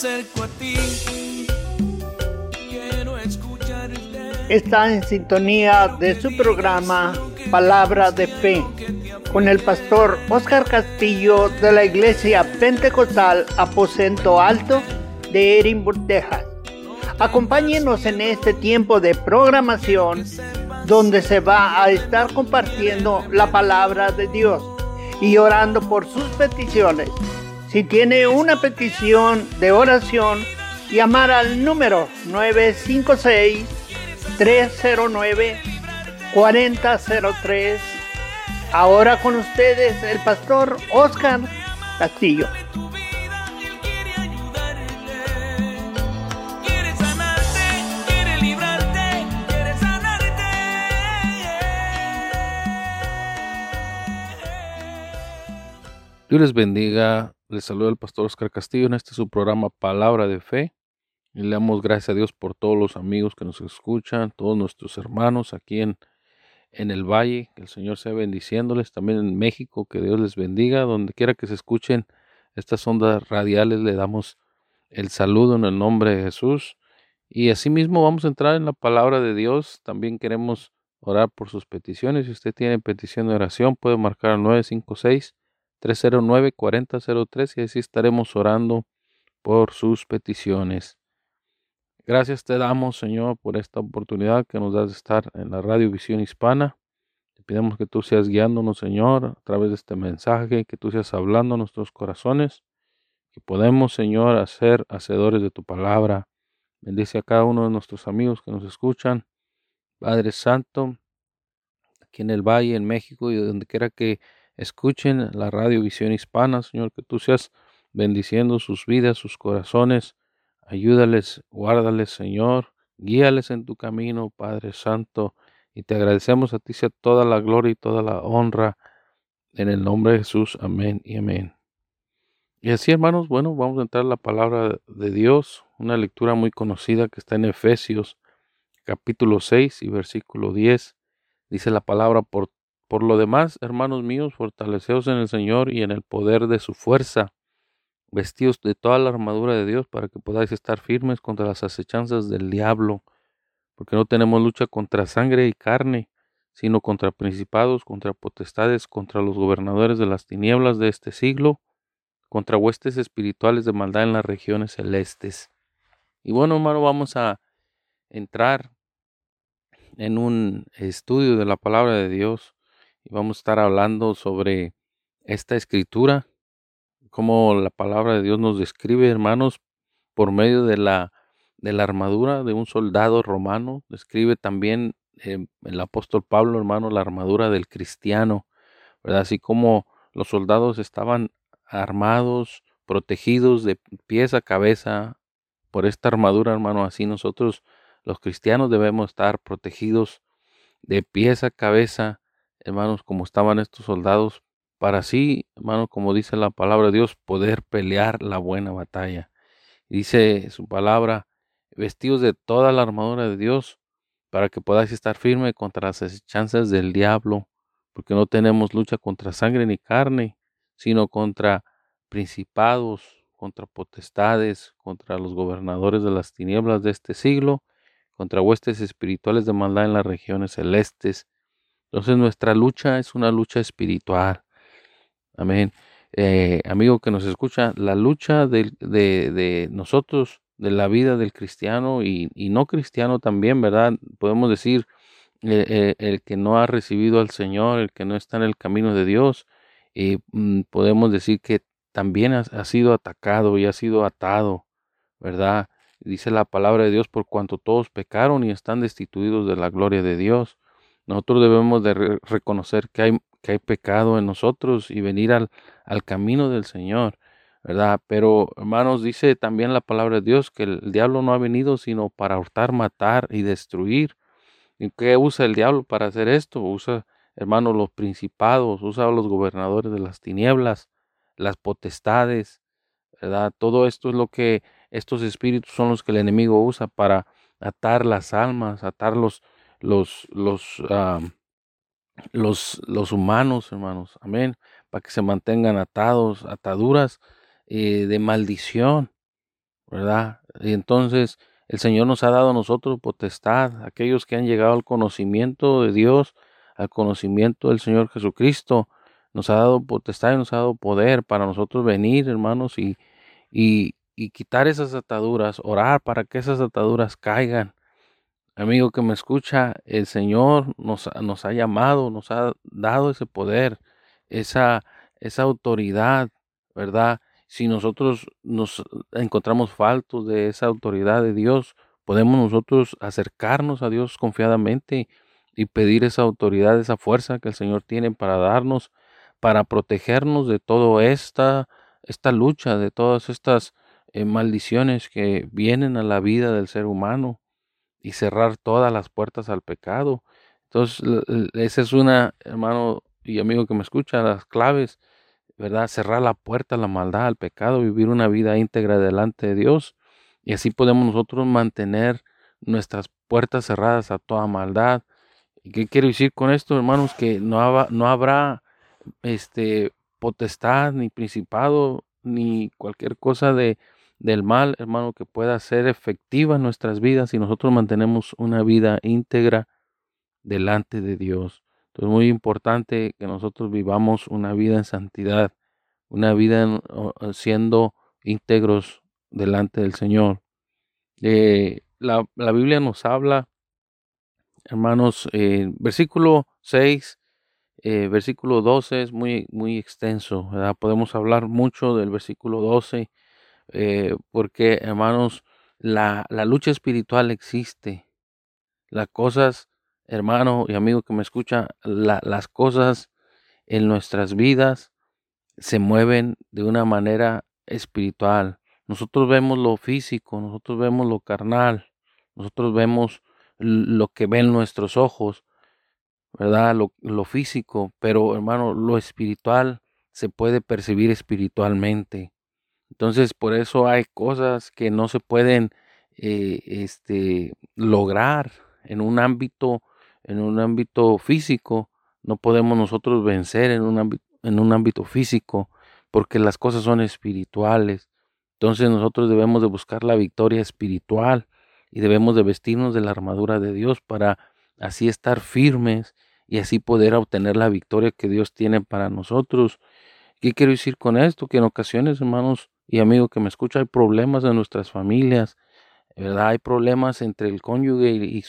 acerco a ti, quiero escucharte. Está en sintonía de su programa Palabra de Fe con el pastor Oscar Castillo de la Iglesia Pentecostal Aposento Alto de Edimburgo, Texas. Acompáñenos en este tiempo de programación donde se va a estar compartiendo la palabra de Dios y orando por sus peticiones. Si tiene una petición de oración, llamar al número 956-309-4003. Ahora con ustedes el pastor Oscar Castillo. Dios les bendiga, les saluda el pastor Oscar Castillo en su programa Palabra de Fe. Y le damos gracias a Dios por todos los amigos que nos escuchan, todos nuestros hermanos aquí en el Valle, que el Señor sea bendiciéndoles, también en México, que Dios les bendiga, donde quiera que se escuchen estas ondas radiales, le damos el saludo en el nombre de Jesús. Y asimismo vamos a entrar en la palabra de Dios, también queremos orar por sus peticiones. Si usted tiene petición de oración, puede marcar al 956-309-4003 y así estaremos orando por sus peticiones. Gracias te damos, Señor, por esta oportunidad que nos das de estar en la Radio Visión Hispana. Te pedimos que tú seas guiándonos, Señor, a través de este mensaje, que tú seas hablando a nuestros corazones, que podemos, Señor, ser hacedores de tu palabra. Bendice a cada uno de nuestros amigos que nos escuchan. Padre Santo, aquí en el Valle, en México y donde quiera que escuchen la Radio Visión Hispana, Señor, que tú seas bendiciendo sus vidas, sus corazones. Ayúdales, guárdales, Señor, guíales en tu camino, Padre Santo, y te agradecemos a ti sea toda la gloria y toda la honra, en el nombre de Jesús, amén y amén. Y así, hermanos, bueno, vamos a entrar a la palabra de Dios, una lectura muy conocida que está en Efesios, capítulo 6 y versículo 10, dice la palabra, por lo demás, hermanos míos, fortaleceos en el Señor y en el poder de su fuerza, vestidos de toda la armadura de Dios para que podáis estar firmes contra las acechanzas del diablo, porque no tenemos lucha contra sangre y carne, sino contra principados, contra potestades, contra los gobernadores de las tinieblas de este siglo, contra huestes espirituales de maldad en las regiones celestes. Y bueno, hermano, vamos a entrar en un estudio de la palabra de Dios y vamos a estar hablando sobre esta escritura, cómo la palabra de Dios nos describe, hermanos, por medio de la armadura de un soldado romano. Describe también el apóstol Pablo, hermano, la armadura del cristiano, ¿verdad? Así como los soldados estaban armados, protegidos de pies a cabeza por esta armadura, hermano, así nosotros los cristianos debemos estar protegidos de pies a cabeza, hermanos, como estaban estos soldados, para así, hermano, como dice la palabra de Dios, poder pelear la buena batalla. Dice su palabra, vestidos de toda la armadura de Dios, para que podáis estar firme contra las acechanzas del diablo, porque no tenemos lucha contra sangre ni carne, sino contra principados, contra potestades, contra los gobernadores de las tinieblas de este siglo, contra huestes espirituales de maldad en las regiones celestes. Entonces nuestra lucha es una lucha espiritual. Amén. Amigo que nos escucha, la lucha de nosotros, de la vida del cristiano y no cristiano también, ¿verdad? Podemos decir, el que no ha recibido al Señor, el que no está en el camino de Dios, podemos decir que también ha sido atacado y ha sido atado, ¿verdad? Dice la palabra de Dios, por cuanto todos pecaron y están destituidos de la gloria de Dios. Nosotros debemos de reconocer que hay pecado en nosotros y venir al camino del Señor, ¿verdad? Pero, hermanos, dice también la palabra de Dios que el diablo no ha venido sino para hurtar, matar y destruir. ¿Y qué usa el diablo para hacer esto? Usa, hermanos, los principados, usa a los gobernadores de las tinieblas, las potestades, ¿verdad? Todo esto es lo que estos espíritus son los que el enemigo usa para atar las almas, atar los humanos, hermanos, amén, para que se mantengan atados, ataduras de maldición, ¿verdad? Y entonces el Señor nos ha dado a nosotros potestad, aquellos que han llegado al conocimiento de Dios, al conocimiento del Señor Jesucristo, nos ha dado potestad y nos ha dado poder para nosotros venir, hermanos, y quitar esas ataduras, orar para que esas ataduras caigan. Amigo que me escucha, el Señor nos ha llamado, nos ha dado ese poder, esa, esa autoridad, ¿verdad? Si nosotros nos encontramos faltos de esa autoridad de Dios, podemos nosotros acercarnos a Dios confiadamente y pedir esa autoridad, esa fuerza que el Señor tiene para darnos, para protegernos de toda esta lucha, de todas estas maldiciones que vienen a la vida del ser humano y cerrar todas las puertas al pecado. Entonces, esa es una, hermano y amigo que me escucha, las claves, ¿verdad? Cerrar la puerta a la maldad, al pecado, vivir una vida íntegra delante de Dios. Y así podemos nosotros mantener nuestras puertas cerradas a toda maldad. ¿Y qué quiero decir con esto, hermanos? Que no habrá potestad, ni principado, ni cualquier cosa del mal, hermano, que pueda ser efectiva en nuestras vidas si nosotros mantenemos una vida íntegra delante de Dios. Entonces, muy importante que nosotros vivamos una vida en santidad, una vida siendo íntegros delante del Señor. La Biblia nos habla, hermanos, versículo 6, versículo 12 es muy, muy extenso, ¿verdad? Podemos hablar mucho del versículo 12, porque, hermanos, la lucha espiritual existe. Las cosas, hermano y amigo que me escucha, las cosas en nuestras vidas se mueven de una manera espiritual. Nosotros vemos lo físico, nosotros vemos lo carnal, nosotros vemos lo que ven nuestros ojos, ¿verdad? Lo físico, pero hermano, lo espiritual se puede percibir espiritualmente. Entonces, por eso hay cosas que no se pueden lograr en un ámbito físico. No podemos nosotros vencer en un ámbito físico, porque las cosas son espirituales. Entonces, nosotros debemos de buscar la victoria espiritual y debemos de vestirnos de la armadura de Dios para así estar firmes y así poder obtener la victoria que Dios tiene para nosotros. ¿Qué quiero decir con esto? Que en ocasiones, hermanos y amigos que me escuchan, hay problemas en nuestras familias, ¿verdad? Hay problemas entre el cónyuge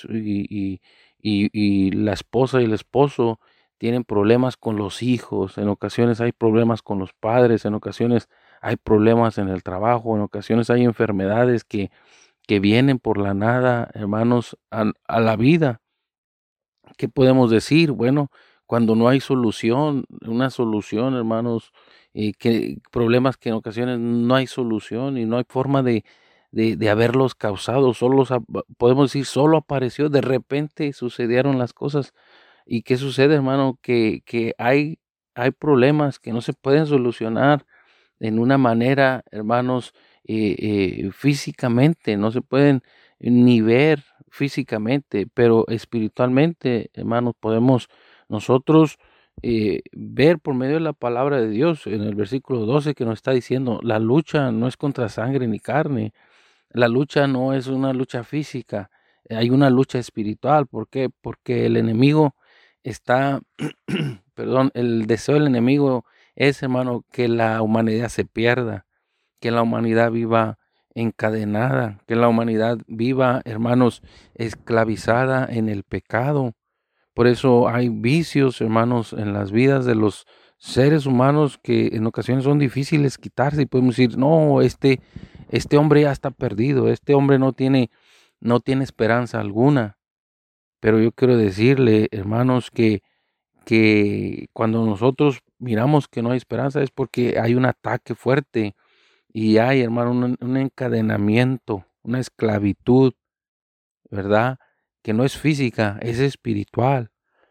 y la esposa y el esposo. Tienen problemas con los hijos, en ocasiones hay problemas con los padres, en ocasiones hay problemas en el trabajo, en ocasiones hay enfermedades que vienen por la nada, hermanos, a la vida. ¿Qué podemos decir? Bueno, cuando no hay solución, una solución, hermanos, que problemas que en ocasiones no hay solución y no hay forma de haberlos causado, podemos decir, solo apareció, de repente sucedieron las cosas. ¿Y qué sucede, hermano? Que hay problemas que no se pueden solucionar en una manera, hermanos, físicamente, no se pueden ni ver físicamente, pero espiritualmente, hermanos, podemos nosotros ver por medio de la palabra de Dios en el versículo 12 que nos está diciendo, la lucha no es contra sangre ni carne, la lucha no es una lucha física, hay una lucha espiritual. ¿Por qué? Porque el enemigo está, perdón, el deseo del enemigo es, hermano, que la humanidad se pierda, que la humanidad viva encadenada, que la humanidad viva, hermanos, esclavizada en el pecado. Por eso hay vicios, hermanos, en las vidas de los seres humanos que en ocasiones son difíciles quitarse y podemos decir, no, este hombre ya está perdido, este hombre no tiene esperanza alguna. Pero yo quiero decirle, hermanos, que cuando nosotros miramos que no hay esperanza es porque hay un ataque fuerte y hay, hermano, un encadenamiento, una esclavitud, ¿verdad? Que no es física, es espiritual.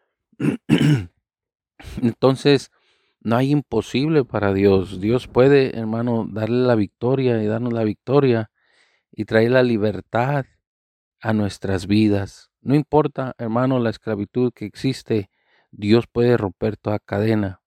Entonces, no hay imposible para Dios. Dios puede, hermano, darle la victoria y darnos la victoria y traer la libertad a nuestras vidas. No importa, hermano, la esclavitud que existe, Dios puede romper toda cadena.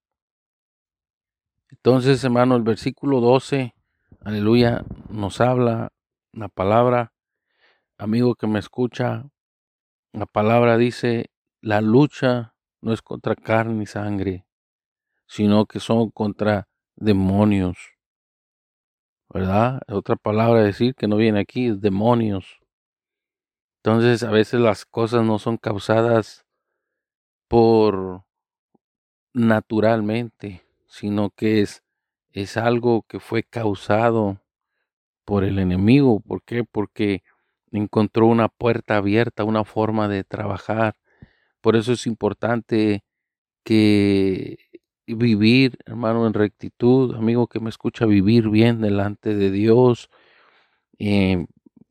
Entonces, hermano, el versículo 12, aleluya, nos habla La palabra, amigo que me escucha, la palabra dice, la lucha no es contra carne y sangre, sino que son contra demonios, ¿verdad? Otra palabra decir que no viene aquí es demonios. Entonces, a veces las cosas no son causadas por naturalmente, sino que es algo que fue causado por el enemigo. ¿Por qué? Porque encontró una puerta abierta, una forma de trabajar. Por eso es importante que vivir, hermano, en rectitud, amigo que me escucha, vivir bien delante de Dios, eh,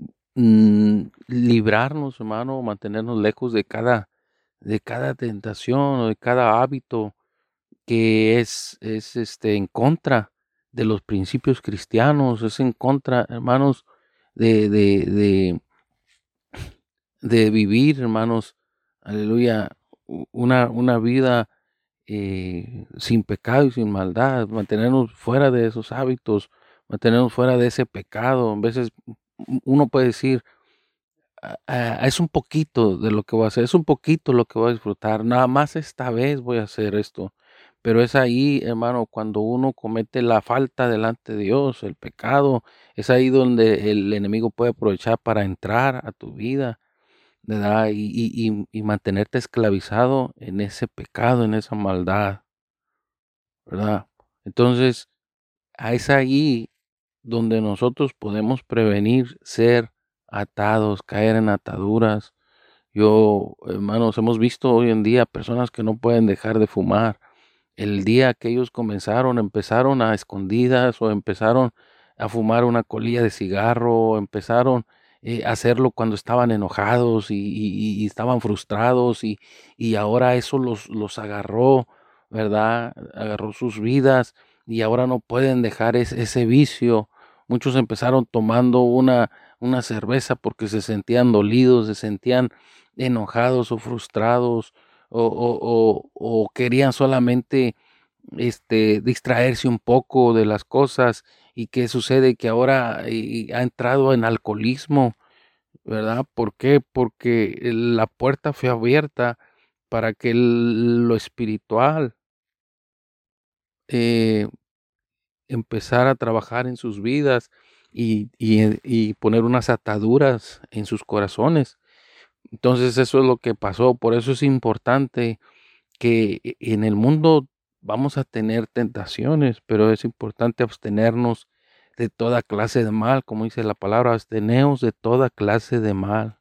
librarnos, hermano, mantenernos lejos de cada tentación o de cada hábito que es en contra de los principios cristianos, es en contra, hermanos, de, de, de, de vivir, hermanos, aleluya, una vida sin pecado y sin maldad, mantenernos fuera de esos hábitos, mantenernos fuera de ese pecado. A veces uno puede decir, es un poquito de lo que voy a hacer, es un poquito lo que voy a disfrutar, nada más esta vez voy a hacer esto. Pero es ahí, hermano, cuando uno comete la falta delante de Dios, el pecado, es ahí donde el enemigo puede aprovechar para entrar a tu vida, ¿verdad? Y mantenerte esclavizado en ese pecado, en esa maldad, ¿verdad? Entonces, es ahí donde nosotros podemos prevenir ser atados, caer en ataduras. Hermanos, hemos visto hoy en día personas que no pueden dejar de fumar. El día que ellos empezaron a escondidas o empezaron a fumar una colilla de cigarro, empezaron a hacerlo cuando estaban enojados y estaban frustrados y ahora eso los agarró, ¿verdad? Agarró sus vidas y ahora no pueden dejar ese vicio. Muchos empezaron tomando una cerveza porque se sentían dolidos, se sentían enojados o frustrados o querían solamente distraerse un poco de las cosas. ¿Y qué sucede? Que ahora ha entrado en alcoholismo, ¿verdad? ¿Por qué? Porque la puerta fue abierta para que lo espiritual eh, empezara a trabajar en sus vidas y poner unas ataduras en sus corazones. Entonces eso es lo que pasó. Por eso es importante que en el mundo vamos a tener tentaciones, pero es importante abstenernos de toda clase de mal, como dice la palabra, absteneos de toda clase de mal.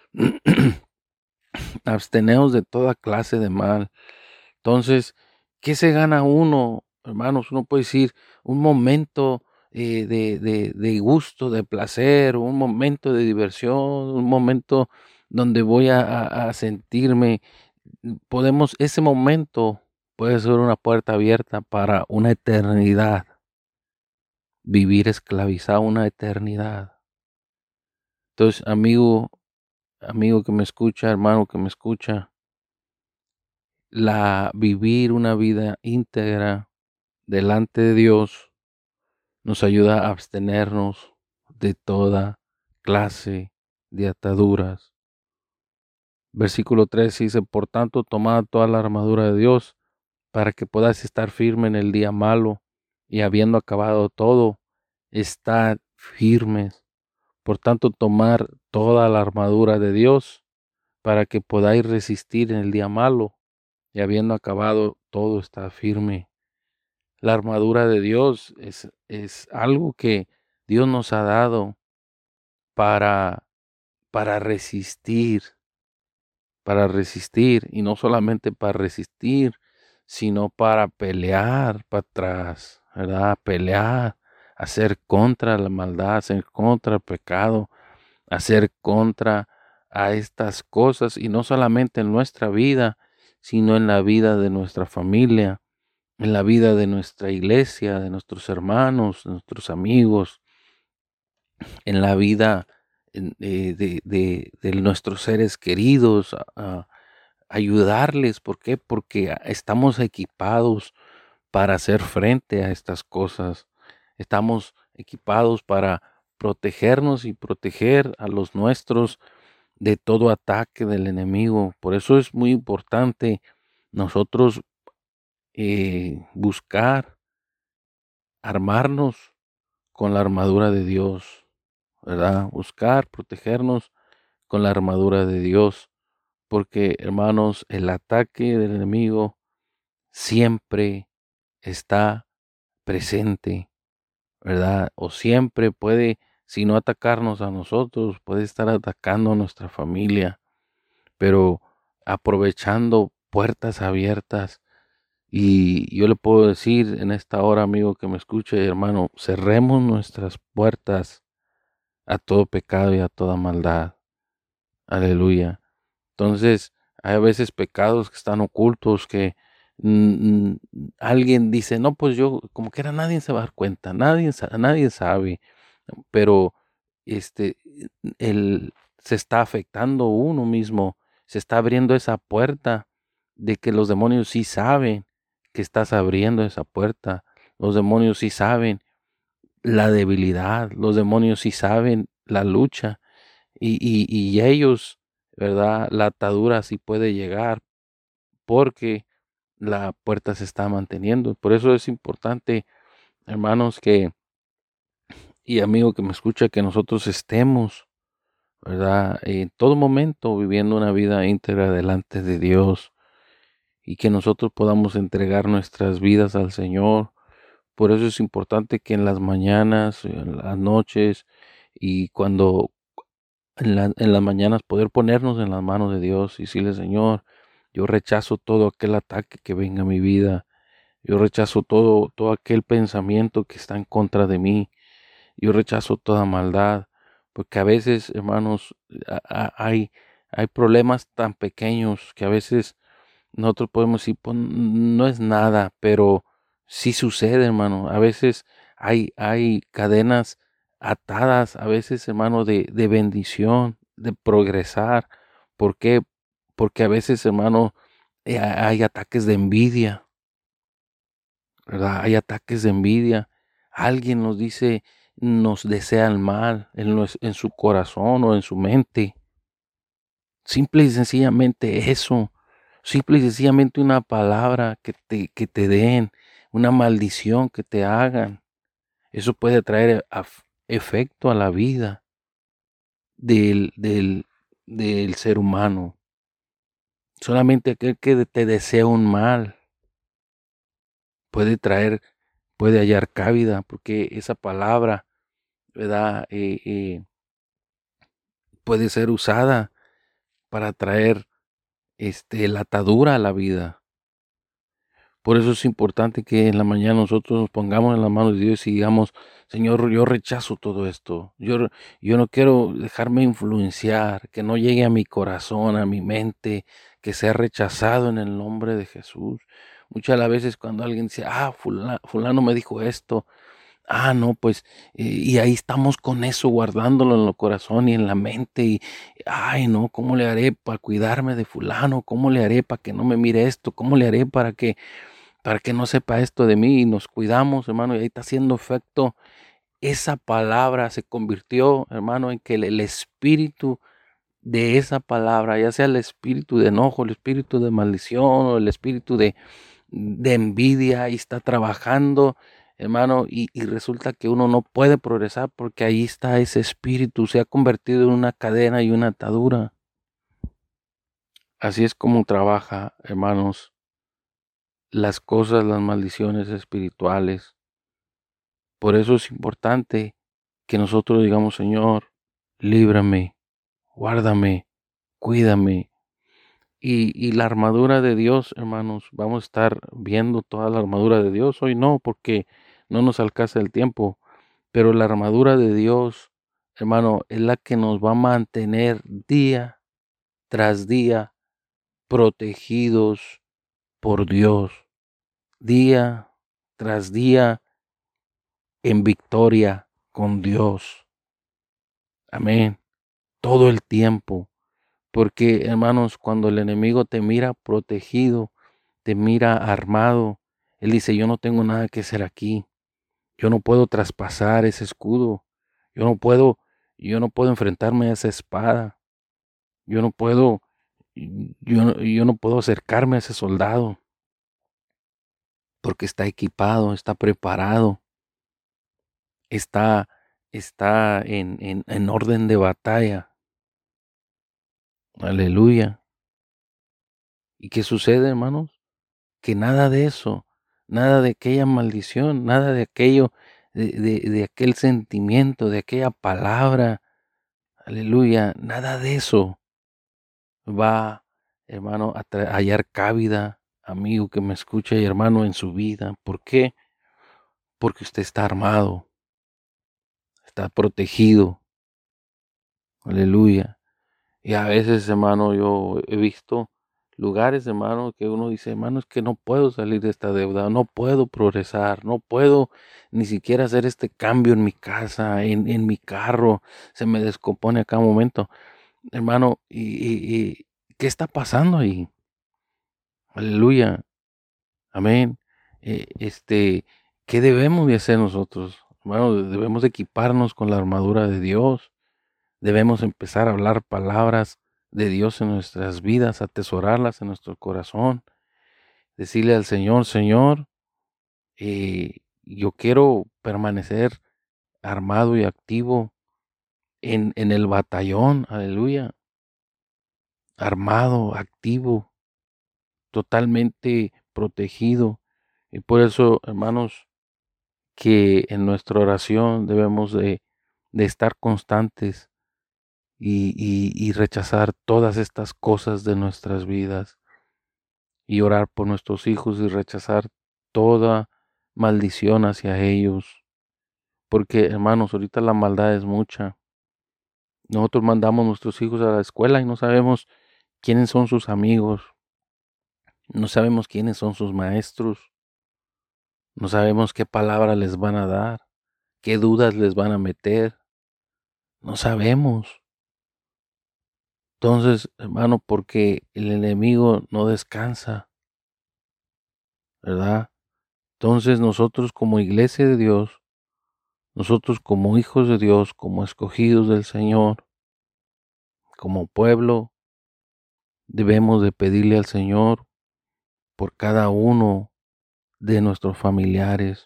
Absteneos de toda clase de mal. Entonces, ¿qué se gana uno, hermanos? Uno puede decir un momento de gusto, de placer, un momento de diversión, un momento donde voy a sentirme. Ese momento puede ser una puerta abierta para una eternidad, vivir esclavizado una eternidad. Entonces, amigo que me escucha, hermano que me escucha, vivir una vida íntegra delante de Dios nos ayuda a abstenernos de toda clase de ataduras. Versículo 3 dice, por tanto, tomad toda la armadura de Dios para que puedas estar firme en el día malo y habiendo acabado todo, estad firmes. Por tanto, tomar toda la armadura de Dios para que podáis resistir en el día malo y habiendo acabado todo, está firme. La armadura de Dios es algo que Dios nos ha dado para, para resistir, y no solamente para resistir, sino para pelear para atrás, ¿verdad? Pelear, hacer contra la maldad, hacer contra el pecado, hacer contra a estas cosas, y no solamente en nuestra vida, sino en la vida de nuestra familia, en la vida de nuestra iglesia, de nuestros hermanos, de nuestros amigos, en la vida de nuestros seres queridos, ayudarles. ¿Por qué? Porque estamos equipados para hacer frente a estas cosas. Estamos equipados para protegernos y proteger a los nuestros de todo ataque del enemigo. Por eso es muy importante nosotros buscar armarnos con la armadura de Dios, ¿verdad? Buscar protegernos con la armadura de Dios, porque hermanos, el ataque del enemigo siempre está presente, ¿verdad? O siempre puede, si no atacarnos a nosotros, puede estar atacando a nuestra familia, pero aprovechando puertas abiertas. Y yo le puedo decir en esta hora, amigo que me escuche, hermano, cerremos nuestras puertas a todo pecado y a toda maldad. Aleluya. Entonces, hay a veces pecados que están ocultos que mm, alguien dice, no, pues yo, como que era nadie se va a dar cuenta, nadie sabe, pero este, se está afectando uno mismo, se está abriendo esa puerta de que los demonios sí saben que estás abriendo esa puerta, los demonios sí saben la debilidad, los demonios sí saben la lucha y ellos, ¿verdad? La atadura sí puede llegar porque la puerta se está manteniendo. Por eso es importante, hermanos, y amigo que me escucha, que nosotros estemos, ¿verdad? En todo momento viviendo una vida íntegra delante de Dios y que nosotros podamos entregar nuestras vidas al Señor. Por eso es importante que en las mañanas, en las noches y cuando en las mañanas poder ponernos en las manos de Dios y decirle, Señor, yo rechazo todo aquel ataque que venga a mi vida. Yo rechazo todo aquel pensamiento que está en contra de mí. Yo rechazo toda maldad, porque a veces, hermanos, hay problemas tan pequeños que a veces nosotros podemos decir, pues, no es nada, pero sí sucede, hermano. A veces hay cadenas atadas, a veces, hermano, de bendición, de progresar. ¿Por qué? Porque a veces, hermano, hay ataques de envidia, ¿verdad? Hay ataques de envidia. Alguien nos dice, nos desea el mal en su corazón o en su mente. Simple y sencillamente eso. Simple y sencillamente una palabra que te den, una maldición que te hagan. Eso puede traer efecto a la vida del, del, del ser humano. Solamente aquel que te desea un mal puede traer, puede hallar cabida, porque esa palabra, ¿verdad? Puede ser usada para traer la atadura a la vida. Por eso es importante que en la mañana nosotros nos pongamos en las manos de Dios y digamos, Señor, yo rechazo todo esto. Yo no quiero dejarme influenciar, que no llegue a mi corazón, a mi mente, que sea rechazado en el nombre de Jesús. Muchas las veces cuando alguien dice, fulano me dijo esto, no, pues, y ahí estamos con eso, guardándolo en el corazón y en la mente, y, ay, no, ¿cómo le haré para cuidarme de fulano? ¿Cómo le haré para que no me mire esto? ¿Cómo le haré para que no sepa esto de mí? Y nos cuidamos, hermano, y ahí está haciendo efecto. Esa palabra se convirtió, hermano, en que el espíritu de esa palabra, ya sea el espíritu de enojo, el espíritu de maldición o el espíritu de envidia, ahí está trabajando, hermano, y resulta que uno no puede progresar porque ahí está ese espíritu, se ha convertido en una cadena y una atadura. Así es como trabaja, hermanos, las cosas, las maldiciones espirituales. Por eso es importante que nosotros digamos, Señor, líbrame, guárdame, cuídame. Y la armadura de Dios, hermanos, vamos a estar viendo toda la armadura de Dios. Hoy no, porque no nos alcanza el tiempo. Pero la armadura de Dios, hermano, es la que nos va a mantener día tras día protegidos por Dios. Día tras día en victoria con Dios. Amén. Todo el tiempo. Porque, hermanos, cuando el enemigo te mira protegido, te mira armado, él dice, yo no tengo nada que hacer aquí. Yo no puedo traspasar ese escudo. Yo no puedo enfrentarme a esa espada. Yo no puedo, yo no puedo acercarme a ese soldado porque está equipado, está preparado, está, está en orden de batalla. Aleluya. ¿Y qué sucede, hermanos? Que nada de eso, nada de aquella maldición, nada de aquello, de aquel sentimiento, de aquella palabra, aleluya, nada de eso va, hermano, a hallar cabida, amigo que me escucha y hermano, en su vida. ¿Por qué? Porque usted está armado, está protegido, aleluya. Y a veces, hermano, yo he visto lugares, hermano, que uno dice, hermano, es que no puedo salir de esta deuda, no puedo progresar, no puedo ni siquiera hacer este cambio en mi casa, en mi carro, se me descompone a cada momento. Hermano, y ¿qué está pasando ahí? Aleluya, amén. ¿Qué debemos de hacer nosotros? Hermano, debemos de equiparnos con la armadura de Dios. Debemos empezar a hablar palabras de Dios en nuestras vidas, atesorarlas en nuestro corazón, decirle al Señor, Señor, yo quiero permanecer armado y activo en el batallón, aleluya, armado, activo, totalmente protegido. Y por eso, hermanos, que en nuestra oración debemos de estar constantes y rechazar todas estas cosas de nuestras vidas y orar por nuestros hijos y rechazar toda maldición hacia ellos. Porque, hermanos, ahorita la maldad es mucha. Nosotros mandamos nuestros hijos a la escuela y no sabemos quiénes son sus amigos, no sabemos quiénes son sus maestros, no sabemos qué palabra les van a dar, qué dudas les van a meter, no sabemos. Entonces, hermano, porque el enemigo no descansa, ¿verdad? Entonces nosotros como iglesia de Dios, nosotros como hijos de Dios, como escogidos del Señor, como pueblo, debemos de pedirle al Señor por cada uno de nuestros familiares.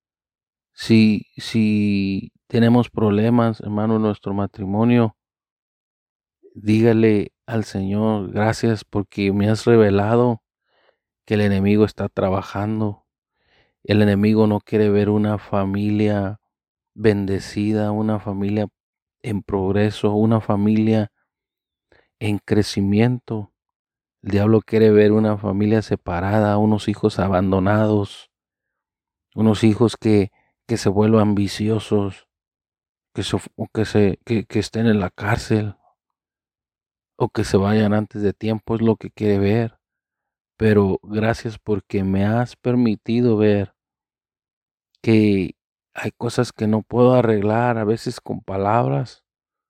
Si tenemos problemas, hermano, en nuestro matrimonio, dígale al Señor, gracias porque me has revelado que el enemigo está trabajando. El enemigo no quiere ver una familia bendecida, una familia en progreso, una familia en crecimiento. El diablo quiere ver una familia separada, unos hijos abandonados, unos hijos que se vuelvan viciosos, que estén en la cárcel o que se vayan antes de tiempo, es lo que quiere ver. Pero gracias porque me has permitido ver que hay cosas que no puedo arreglar a veces con palabras,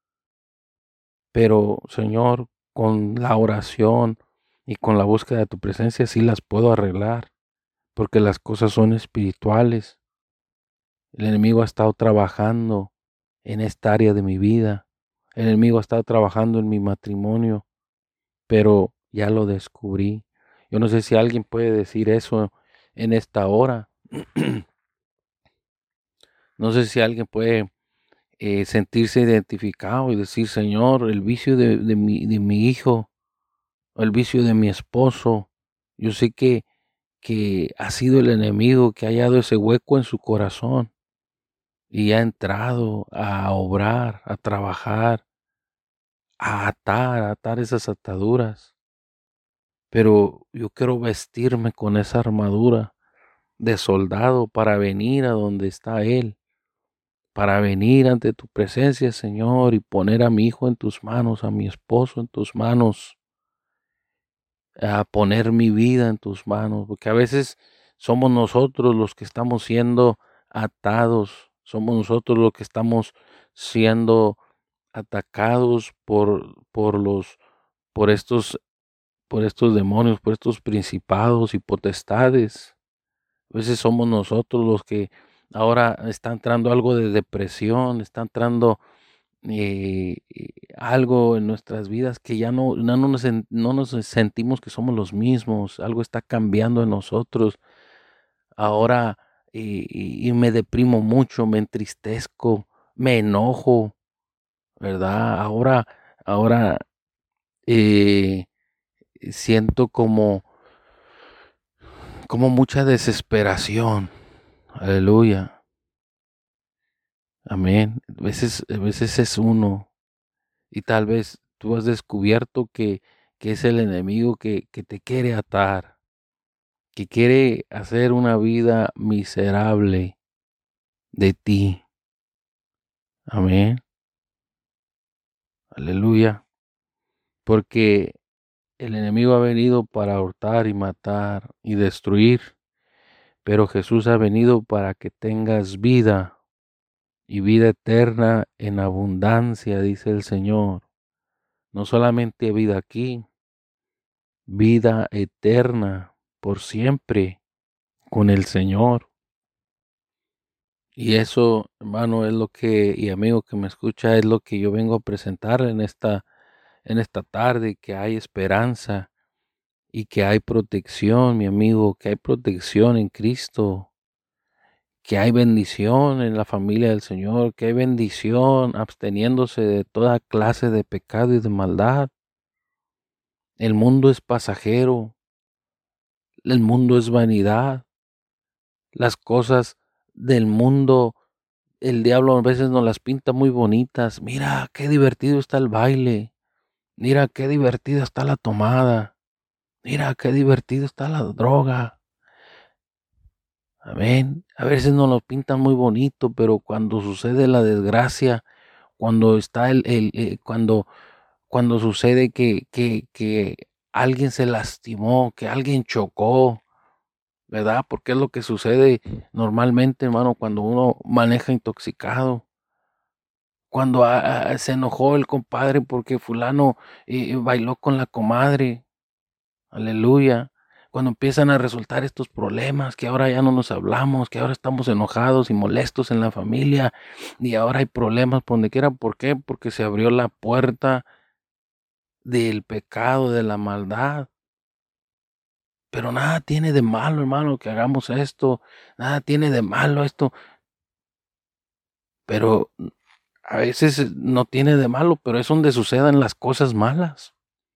pero Señor, con la oración y con la búsqueda de tu presencia sí las puedo arreglar, porque las cosas son espirituales. El enemigo ha estado trabajando en esta área de mi vida. El enemigo ha estado trabajando en mi matrimonio, pero ya lo descubrí. Yo no sé si alguien puede decir eso en esta hora. No sé si alguien puede sentirse identificado y decir, Señor, el vicio de mi hijo, o el vicio de mi esposo, yo sé que ha sido el enemigo que ha hallado ese hueco en su corazón y ha entrado a obrar, a trabajar, a atar esas ataduras. Pero yo quiero vestirme con esa armadura de soldado para venir a donde está Él, para venir ante tu presencia, Señor, y poner a mi hijo en tus manos, a mi esposo en tus manos, a poner mi vida en tus manos, porque a veces somos nosotros los que estamos siendo atados, somos nosotros los que estamos siendo atacados por estos, por estos demonios, por estos principados y potestades. A veces somos nosotros los que ahora está entrando algo de depresión, está entrando algo en nuestras vidas que ya no nos sentimos que somos los mismos, algo está cambiando en nosotros. Ahora y me deprimo mucho, me entristezco, me enojo, ¿verdad? Ahora eh, siento como mucha desesperación. Aleluya. Amén. A veces es uno y tal vez tú has descubierto que es el enemigo que te quiere atar, que quiere hacer una vida miserable de ti. Amén. Aleluya. Porque el enemigo ha venido para hurtar y matar y destruir, pero Jesús ha venido para que tengas vida y vida eterna en abundancia, dice el Señor. No solamente vida aquí, vida eterna por siempre con el Señor. Y eso, hermano, es lo que, y amigo que me escucha, es lo que yo vengo a presentar en esta tarde, que hay esperanza y que hay protección, mi amigo, que hay protección en Cristo, que hay bendición en la familia del Señor, que hay bendición absteniéndose de toda clase de pecado y de maldad. El mundo es pasajero, el mundo es vanidad, las cosas del mundo, el diablo a veces nos las pinta muy bonitas. Mira, qué divertido está el baile, mira, qué divertida está la tomada, mira, qué divertido está la droga. Amén. A veces nos lo pintan muy bonito, pero cuando sucede la desgracia, cuando está cuando sucede que alguien se lastimó, que alguien chocó, ¿verdad? Porque es lo que sucede normalmente, hermano, cuando uno maneja intoxicado. Cuando se enojó el compadre porque fulano bailó con la comadre. Aleluya. Cuando empiezan a resultar estos problemas, que ahora ya no nos hablamos, que ahora estamos enojados y molestos en la familia, y ahora hay problemas por donde quiera. ¿Por qué? Porque se abrió la puerta del pecado, de la maldad. Pero nada tiene de malo, hermano, que hagamos esto. Nada tiene de malo esto. Pero a veces no tiene de malo, pero es donde sucedan las cosas malas.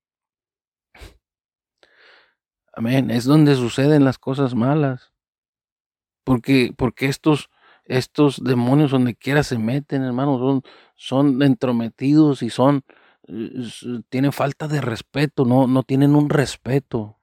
Amén. Es donde suceden las cosas malas. Porque estos demonios donde quiera se meten, hermano, son entrometidos y tienen falta de respeto, no tienen un respeto.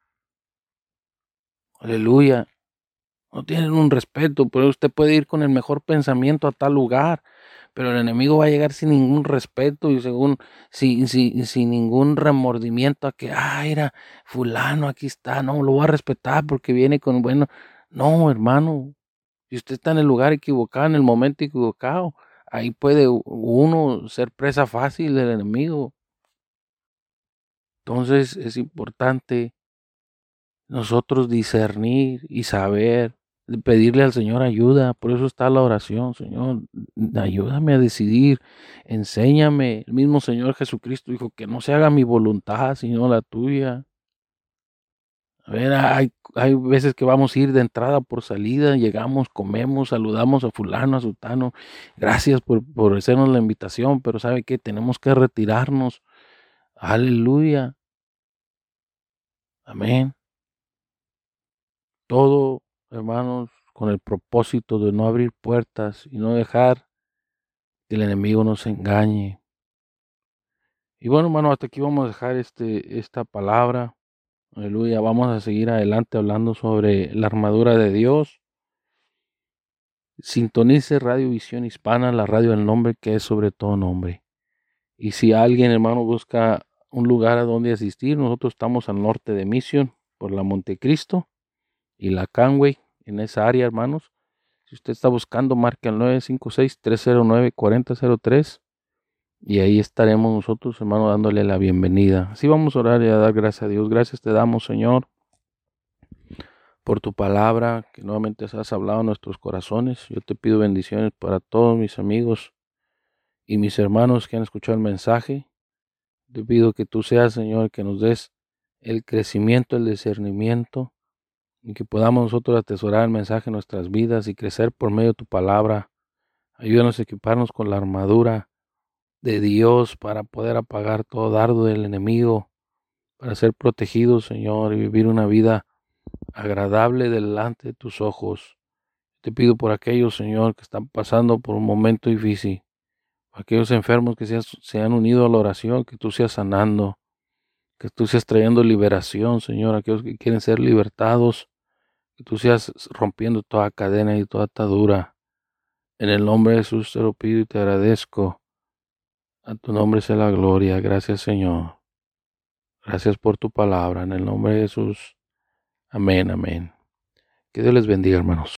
Aleluya. No tienen un respeto, pero usted puede ir con el mejor pensamiento a tal lugar, pero el enemigo va a llegar sin ningún respeto y sin ningún remordimiento a que, era fulano, aquí está, no, lo voy a respetar porque viene con, bueno, no, hermano, si usted está en el lugar equivocado, en el momento equivocado, ahí puede uno ser presa fácil del enemigo. Entonces es importante nosotros discernir y saber, pedirle al Señor ayuda. Por eso está la oración: Señor, ayúdame a decidir, enséñame. El mismo Señor Jesucristo dijo que no se haga mi voluntad, sino la tuya. A ver, hay veces que vamos a ir de entrada por salida, llegamos, comemos, saludamos a fulano, a sultano. Gracias por hacernos la invitación, pero ¿sabe qué? Tenemos que retirarnos. Aleluya. Amén. Todo, hermanos, con el propósito de no abrir puertas y no dejar que el enemigo nos engañe. Y bueno, hermano, hasta aquí vamos a dejar esta palabra. Aleluya. Vamos a seguir adelante hablando sobre la armadura de Dios. Sintonice Radio Visión Hispana, la radio del nombre que es sobre todo nombre. Y si alguien, hermano, busca un lugar a donde asistir, nosotros estamos al norte de Mission, por la Montecristo y la Canway, en esa área, hermanos. Si usted está buscando, marque al 956-309-4003 y ahí estaremos nosotros, hermano, dándole la bienvenida. Así vamos a orar y a dar gracias a Dios. Gracias te damos, Señor, por tu palabra que nuevamente has hablado en nuestros corazones. Yo te pido bendiciones para todos mis amigos y mis hermanos que han escuchado el mensaje. Te pido que tú seas, Señor, que nos des el crecimiento, el discernimiento, y que podamos nosotros atesorar el mensaje en nuestras vidas y crecer por medio de tu palabra. Ayúdanos a equiparnos con la armadura de Dios para poder apagar todo dardo del enemigo, para ser protegidos, Señor, y vivir una vida agradable delante de tus ojos. Te pido por aquellos, Señor, que están pasando por un momento difícil, aquellos enfermos que se han unido a la oración, que tú seas sanando, que tú seas trayendo liberación, Señor, aquellos que quieren ser libertados, que tú seas rompiendo toda cadena y toda atadura. En el nombre de Jesús te lo pido y te agradezco. A tu nombre sea la gloria. Gracias, Señor. Gracias por tu palabra. En el nombre de Jesús. Amén, amén. Que Dios les bendiga, hermanos.